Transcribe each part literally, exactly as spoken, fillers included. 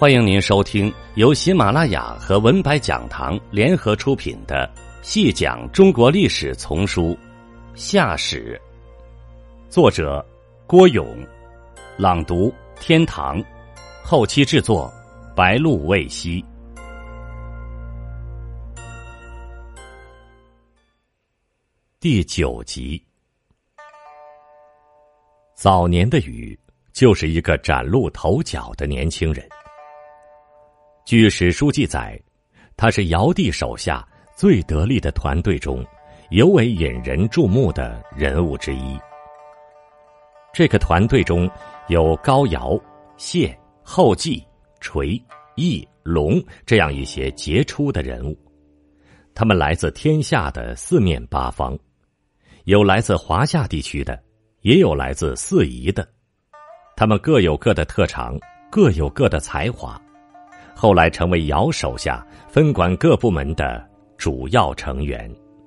欢迎您收听由喜马拉雅和文白讲堂联合出品的细讲中国历史丛书《夏史》，作者郭勇，朗读天堂，后期制作白露未晞。第九集。早年的禹就是一个崭露头角的年轻人。据史书记载，他是尧帝手下最得力的团队中尤为引人注目的人物之一。这个团队中有高尧、谢、后稷、垂、羿、龙这样一些杰出的人物，他们来自天下的四面八方，有来自华夏地区的，也有来自四夷的，他们各有各的特长，各有各的才华，后来成为尧手下分管各部门的主要成员。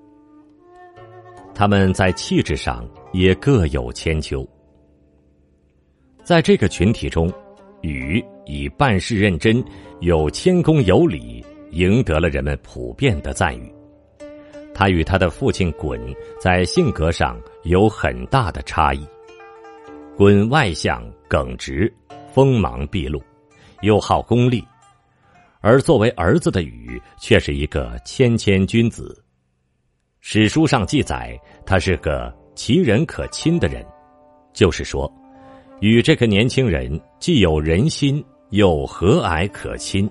他们在气质上也各有千秋。在这个群体中，禹以办事认真、有谦恭有礼，赢得了人们普遍的赞誉。他与他的父亲鲧在性格上有很大的差异。鲧外向耿直，锋芒毕露，又好功利，而作为儿子的禹却是一个谦谦君子。史书上记载，他是个其人可亲的人，就是说，禹这个年轻人既有人心，又和蔼可亲。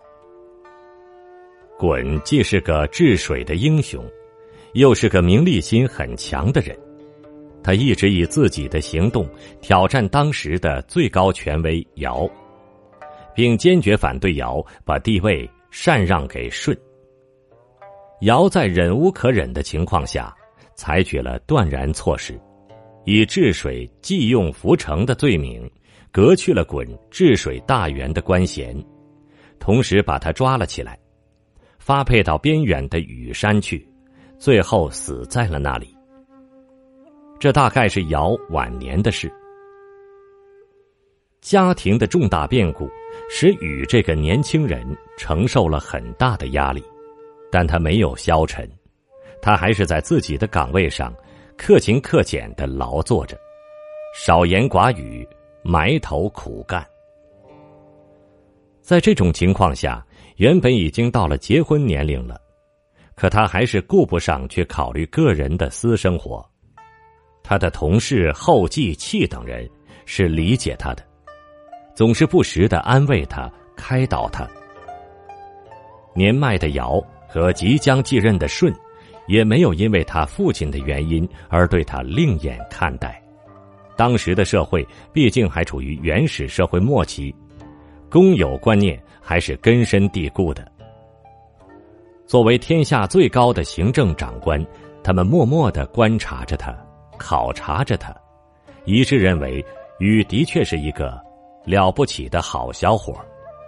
鲧既是个治水的英雄，又是个名利心很强的人，他一直以自己的行动挑战当时的最高权威尧，并坚决反对尧把地位禅让给舜。尧在忍无可忍的情况下，采取了断然措施，以治水忌用涪城的罪名，革去了鲧治水大员的官衔，同时把他抓了起来，发配到边远的羽山去，最后死在了那里。这大概是尧晚年的事。家庭的重大变故使禹这个年轻人承受了很大的压力，但他没有消沉，他还是在自己的岗位上克勤克俭地劳作着，少言寡语，埋头苦干。在这种情况下，原本已经到了结婚年龄了，可他还是顾不上去考虑个人的私生活。他的同事后稷、契等人是理解他的，总是不时地安慰他，开导他。年迈的尧和即将继任的舜也没有因为他父亲的原因而对他另眼看待。当时的社会毕竟还处于原始社会末期，公有观念还是根深蒂固的。作为天下最高的行政长官，他们默默地观察着他，考察着他，一致认为禹的确是一个了不起的好小伙。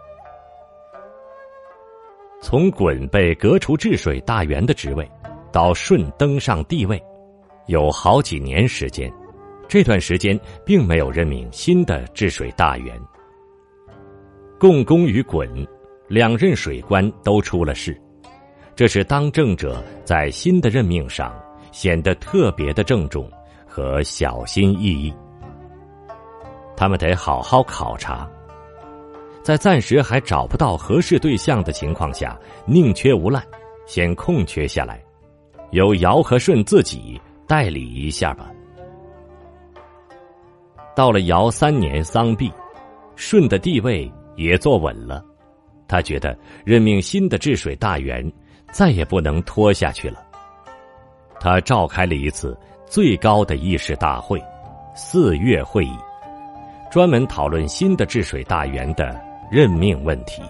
从鲧被革除治水大员的职位到舜登上帝位，有好几年时间，这段时间并没有任命新的治水大员。共工与鲧两任水官都出了事，这使当政者在新的任命上显得特别的郑重和小心翼翼。他们得好好考察，在暂时还找不到合适对象的情况下，宁缺毋滥，先空缺下来，由尧和舜自己代理一下吧。到了尧三年丧毕，舜的地位也坐稳了，他觉得任命新的治水大员再也不能拖下去了。他召开了一次最高的议事大会，四月会议，专门讨论新的治水大员的任命问题。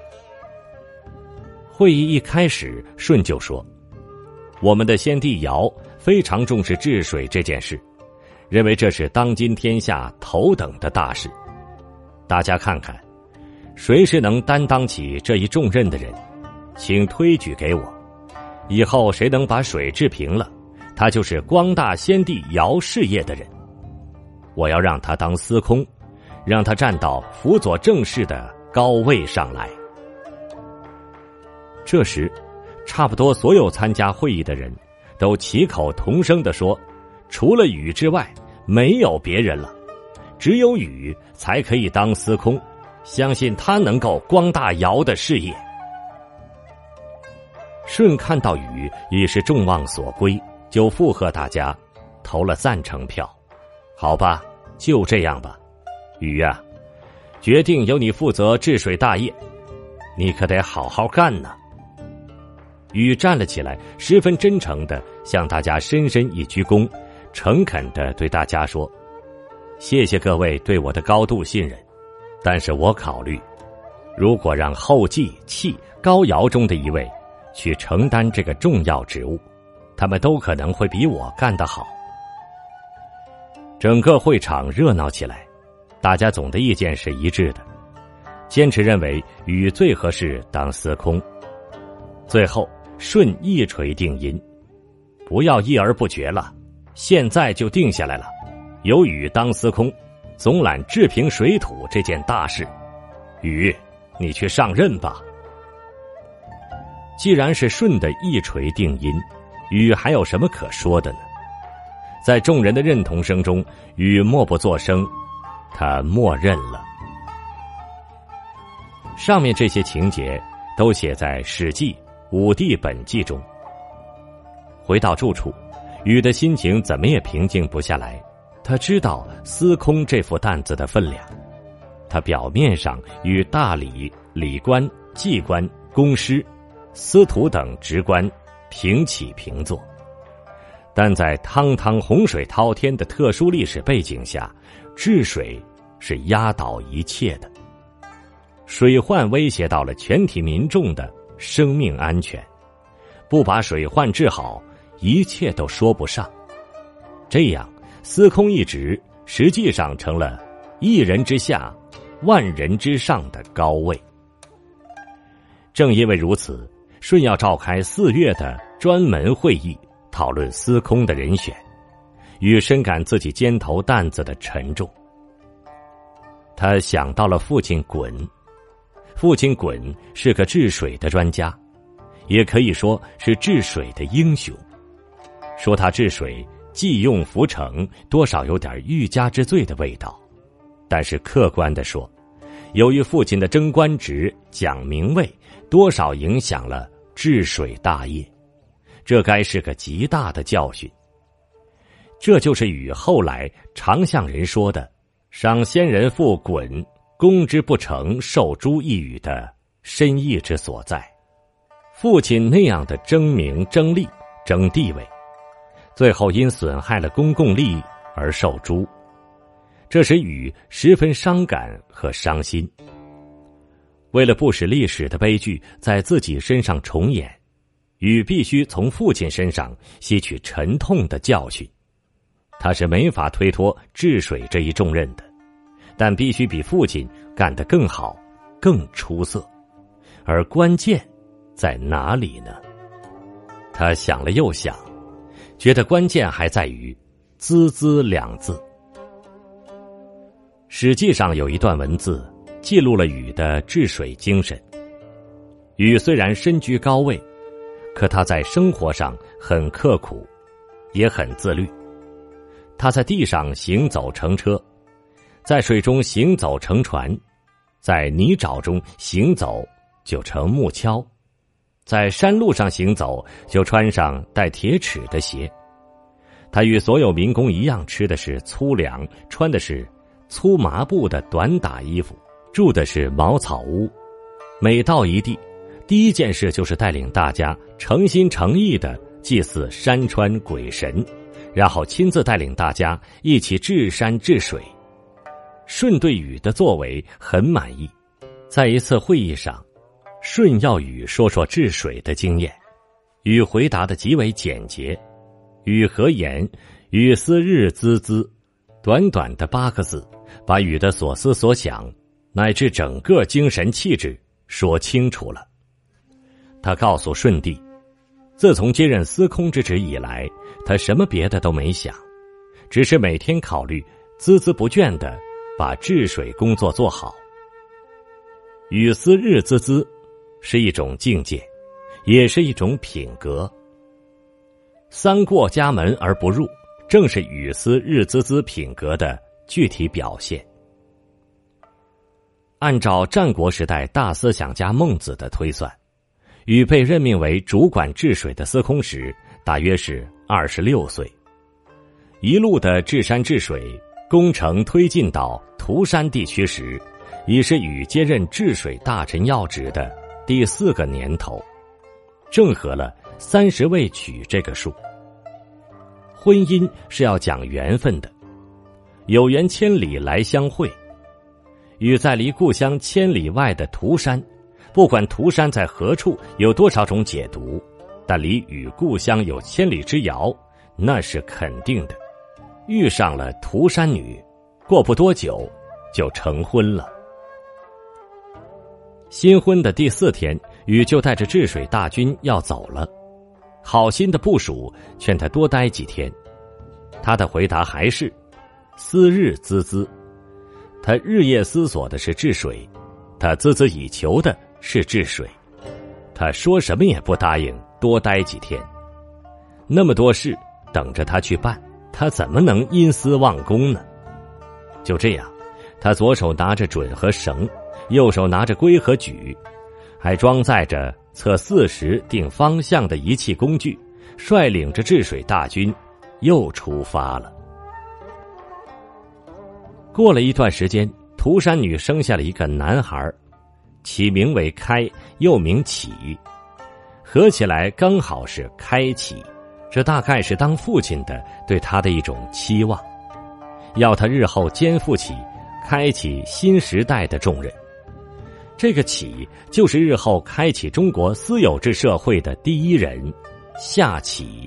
会议一开始，舜就说，我们的先帝尧非常重视治水这件事，认为这是当今天下头等的大事。大家看看，谁是能担当起这一重任的人，请推举给我。以后谁能把水治平了，他就是光大先帝尧事业的人。我要让他当司空，让他站到辅佐政事的高位上来。这时，差不多所有参加会议的人都齐口同声地说，除了禹之外，没有别人了，只有禹才可以当司空，相信他能够光大尧的事业。舜看到禹已是众望所归，就附和大家，投了赞成票。好吧，就这样吧。禹啊，决定由你负责治水大业，你可得好好干呢。禹站了起来，十分真诚地向大家深深一鞠躬，诚恳地对大家说，谢谢各位对我的高度信任，但是我考虑，如果让后继、契、高尧中的一位去承担这个重要职务，他们都可能会比我干得好。整个会场热闹起来，大家总的意见是一致的，坚持认为禹最合适当司空。最后舜一锤定音，不要议而不决了，现在就定下来了，由禹当司空，总揽治平水土这件大事。禹，你去上任吧。既然是舜的一锤定音，禹还有什么可说的呢？在众人的认同声中，禹默不作声，他默认了。上面这些情节都写在《史记·武帝本纪》中。回到住处，禹的心情怎么也平静不下来。他知道司空这副担子的分量，他表面上与大理、礼官、祭官、公师、司徒等职官平起平坐，但在汤汤洪水滔天的特殊历史背景下，治水是压倒一切的。水患威胁到了全体民众的生命安全，不把水患治好，一切都说不上。这样，司空一职实际上成了一人之下，万人之上的高位。正因为如此，舜要召开四月的专门会议，讨论司空的人选。禹深感自己肩头担子的沉重，他想到了父亲鲧。父亲鲧是个治水的专家，也可以说是治水的英雄。说他治水既用浮成，多少有点欲加之罪的味道。但是客观地说，由于父亲的争官职、讲名位，多少影响了治水大业，这该是个极大的教训。这就是禹后来常向人说的赏先人父鲧攻之不成，受诛一语的深意之所在。父亲那样的争名、争利、争地位，最后因损害了公共利益而受诛，这使禹十分伤感和伤心。为了不使历史的悲剧在自己身上重演，禹必须从父亲身上吸取沉痛的教训。他是没法推脱治水这一重任的，但必须比父亲干得更好、更出色。而关键在哪里呢？他想了又想，觉得关键还在于“孜孜”两字。史记上有一段文字记录了禹的治水精神。禹虽然身居高位，可他在生活上很刻苦，也很自律。他在地上行走乘车，在水中行走乘船，在泥沼中行走就乘木橇，在山路上行走就穿上带铁齿的鞋。他与所有民工一样，吃的是粗粮，穿的是粗麻布的短打衣服，住的是茅草屋。每到一地，第一件事就是带领大家诚心诚意地祭祀山川鬼神，然后亲自带领大家一起治山治水。舜对禹的作为很满意。在一次会议上，舜要禹说说治水的经验，禹回答的极为简洁。禹何言？禹思日孜孜，短短的八个字，把禹的所思所想乃至整个精神气质说清楚了。他告诉舜帝，自从接任司空之职以来，他什么别的都没想，只是每天考虑孜孜不倦地把治水工作做好。 雨丝日滋滋是一种境界，也是一种品格。三过家门而不入，正是雨丝日滋滋品格的具体表现。按照战国时代大思想家孟子的推算，禹被任命为主管治水的司空时，大约是二十六岁。一路的治山治水工程推进到涂山地区时，已是禹接任治水大臣要职的第四个年头，正合了三十未娶这个数。婚姻是要讲缘分的，有缘千里来相会。禹在离故乡千里外的涂山，不管涂山在何处，有多少种解读，但离禹故乡有千里之遥，那是肯定的。遇上了涂山女，过不多久就成婚了。新婚的第四天，禹就带着治水大军要走了。好心的部属劝他多待几天，他的回答还是思日孜孜。他日夜思索的是治水，他孜孜以求的是治水，他说什么也不答应多待几天。那么多事等着他去办，他怎么能因私忘公呢？就这样，他左手拿着准和绳，右手拿着规和矩，还装载着测四时定方向的仪器工具，率领着治水大军又出发了。过了一段时间，涂山女生下了一个男孩，起名为开，又名启，合起来刚好是开启，这大概是当父亲的对他的一种期望，要他日后肩负起开启新时代的重任。这个启就是日后开启中国私有制社会的第一人夏启。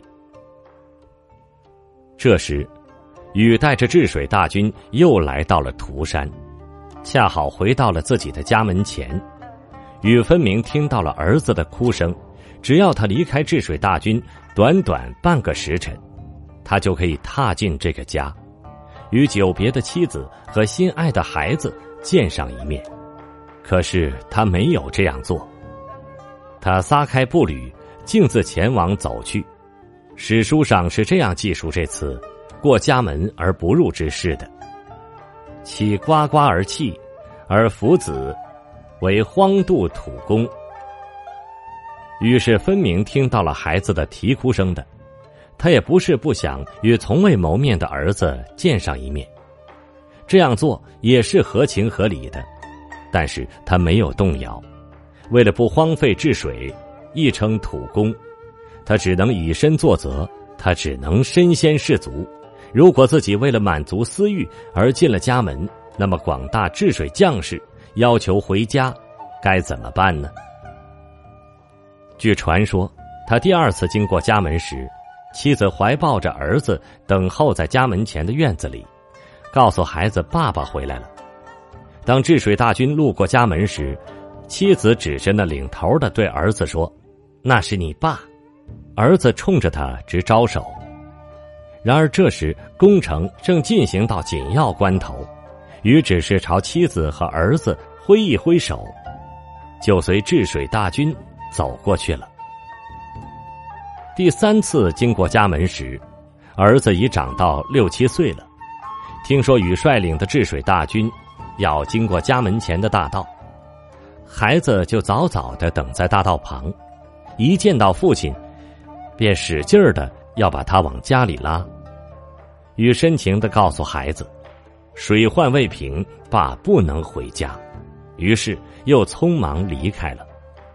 这时禹带着治水大军又来到了涂山，恰好回到了自己的家门前。禹分明听到了儿子的哭声，只要他离开治水大军短短半个时辰，他就可以踏进这个家，与久别的妻子和心爱的孩子见上一面。可是他没有这样做，他撒开步履，径自前往走去。史书上是这样记述这次过家门而不入之事的：启呱呱而泣，而夫子为荒度土公。于是分明听到了孩子的啼哭声的，他也不是不想与从未谋面的儿子见上一面，这样做也是合情合理的。但是他没有动摇，为了不荒废治水，亦称土公，他只能以身作则，他只能身先士卒。如果自己为了满足私欲而进了家门，那么广大治水将士要求回家，该怎么办呢？据传说，他第二次经过家门时，妻子怀抱着儿子等候在家门前的院子里，告诉孩子爸爸回来了。当治水大军路过家门时，妻子指着那领头的对儿子说：“那是你爸。”儿子冲着他直招手。然而这时工程正进行到紧要关头，禹只是朝妻子和儿子挥一挥手，就随治水大军走过去了。第三次经过家门时，儿子已长到六七岁了，听说禹率领的治水大军要经过家门前的大道，孩子就早早地等在大道旁，一见到父亲便使劲儿的要把他往家里拉。禹深情地告诉孩子，水患未平，爸不能回家，于是又匆忙离开了。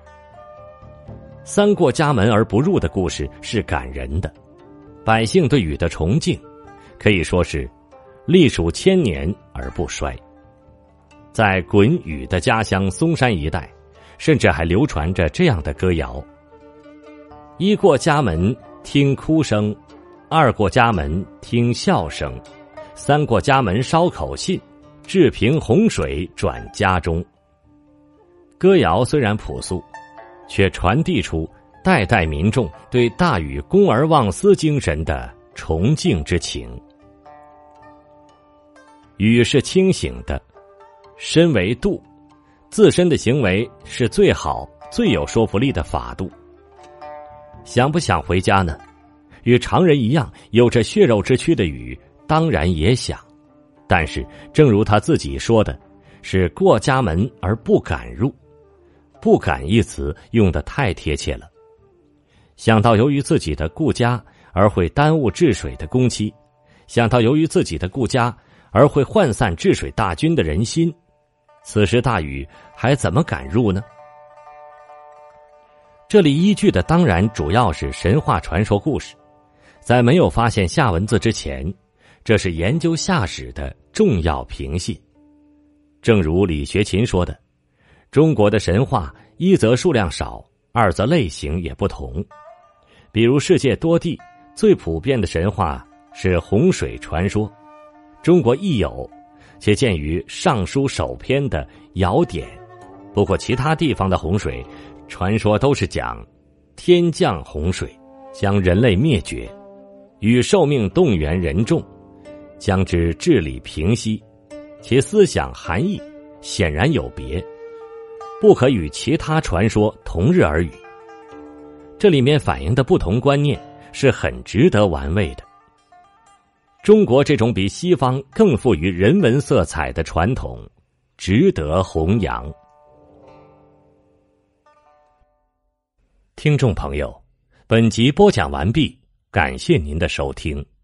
三过家门而不入的故事是感人的，百姓对禹的崇敬可以说是历数千年而不衰。在鲧禹的家乡嵩山一带，甚至还流传着这样的歌谣：一过家门听哭声，二过家门听笑声，三过家门捎口信，治平洪水转家中。歌谣虽然朴素，却传递出代代民众对大禹公而忘私精神的崇敬之情。禹是清醒的，身为度， 自身的行为是最好、最有说服力的法度。想不想回家呢？与常人一样有着血肉之躯的禹当然也想，但是正如他自己说的，是过家门而不敢入。不敢一词用得太贴切了。想到由于自己的顾家而会耽误治水的工期，想到由于自己的顾家而会涣散治水大军的人心，此时大禹还怎么敢入呢？这里依据的当然主要是神话传说故事，在没有发现夏文字之前，这是研究夏史的重要凭信。正如李学勤说的，中国的神话一则数量少，二则类型也不同。比如世界多地最普遍的神话是洪水传说，中国亦有，且见于《尚书》首篇的尧典。不过其他地方的洪水传说都是讲天降洪水，将人类灭绝，与受命动员人众，将之治理平息，其思想含义显然有别，不可与其他传说同日而语。这里面反映的不同观念是很值得玩味的。中国这种比西方更富于人文色彩的传统，值得弘扬。听众朋友，本集播讲完毕，感谢您的收听。